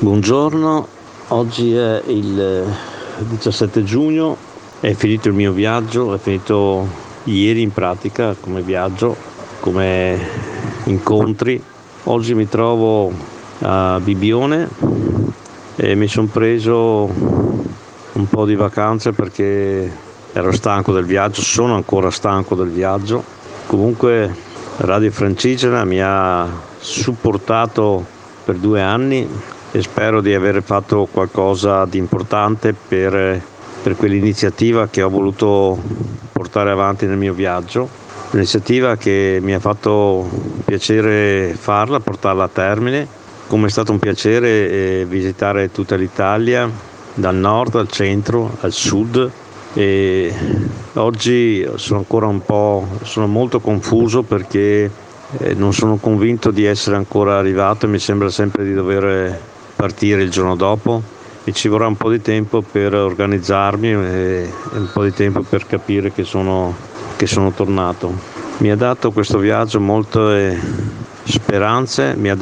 Buongiorno, oggi è il 17 giugno, è finito il mio viaggio, è finito ieri in pratica come viaggio, come incontri. Oggi mi trovo a Bibbione e mi sono preso un po' di vacanze perché ero stanco del viaggio, sono ancora stanco del viaggio. Comunque Radio Francigena mi ha supportato per 2 anni e spero di aver fatto qualcosa di importante per quell'iniziativa che ho voluto portare avanti nel mio viaggio. Un'iniziativa che mi ha fatto piacere farla, portarla a termine, come è stato un piacere visitare tutta l'Italia, dal nord al centro, al sud, e oggi sono molto confuso perché non sono convinto di essere ancora arrivato e mi sembra sempre di dover partire il giorno dopo e ci vorrà un po' di tempo per organizzarmi e un po' di tempo per capire che sono tornato. Mi ha dato questo viaggio molte speranze, mi ha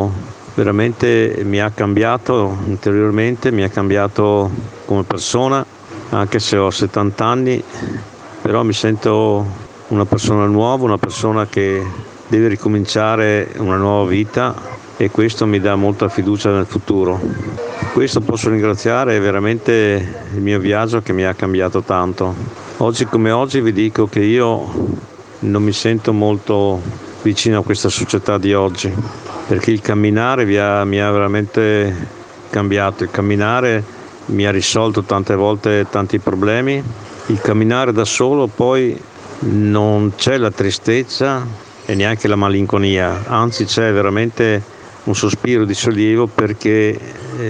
cambiato interiormente, mi ha cambiato come persona, anche se ho 70 anni, però mi sento una persona nuova, una persona che deve ricominciare una nuova vita e questo mi dà molta fiducia nel futuro. Questo posso ringraziare veramente il mio viaggio che mi ha cambiato tanto. Oggi come oggi vi dico che io non mi sento molto vicino a questa società di oggi, perché il camminare mi ha veramente cambiato. Il camminare mi ha risolto tante volte tanti problemi. Il camminare da solo poi non c'è la tristezza e neanche la malinconia, anzi c'è veramente un sospiro di sollievo perché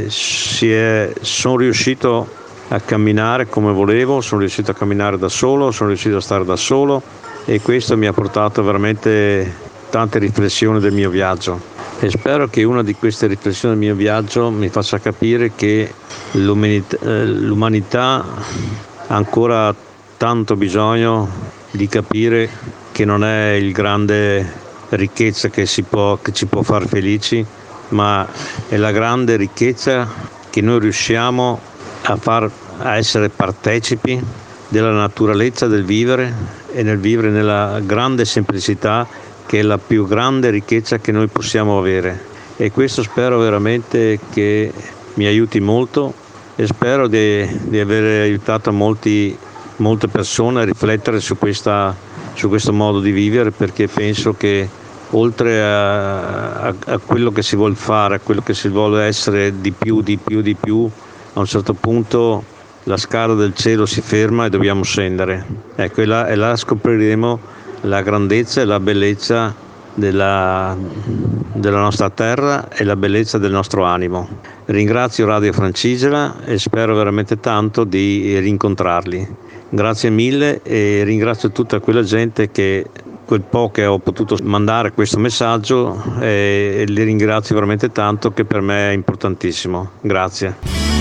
sono riuscito a camminare come volevo, sono riuscito a camminare da solo, sono riuscito a stare da solo e questo mi ha portato veramente tante riflessioni del mio viaggio e spero che una di queste riflessioni del mio viaggio mi faccia capire che l'umanità ha ancora tanto bisogno di capire che non è il grande ricchezza che ci può far felici, ma è la grande ricchezza che noi riusciamo a essere partecipi della naturalezza del vivere e nel vivere nella grande semplicità che è la più grande ricchezza che noi possiamo avere. E questo spero veramente che mi aiuti molto e spero di aver aiutato molte persone a riflettere su questo modo di vivere, perché penso che oltre a quello che si vuole fare, a quello che si vuole essere di più, a un certo punto la scala del cielo si ferma e dobbiamo scendere. Ecco, e là scopriremo la grandezza e la bellezza della nostra terra e la bellezza del nostro animo. Ringrazio Radio Francigena e spero veramente tanto di rincontrarli. Grazie mille e ringrazio tutta quella gente che quel po' che ho potuto mandare questo messaggio e li ringrazio veramente tanto, che per me è importantissimo. Grazie.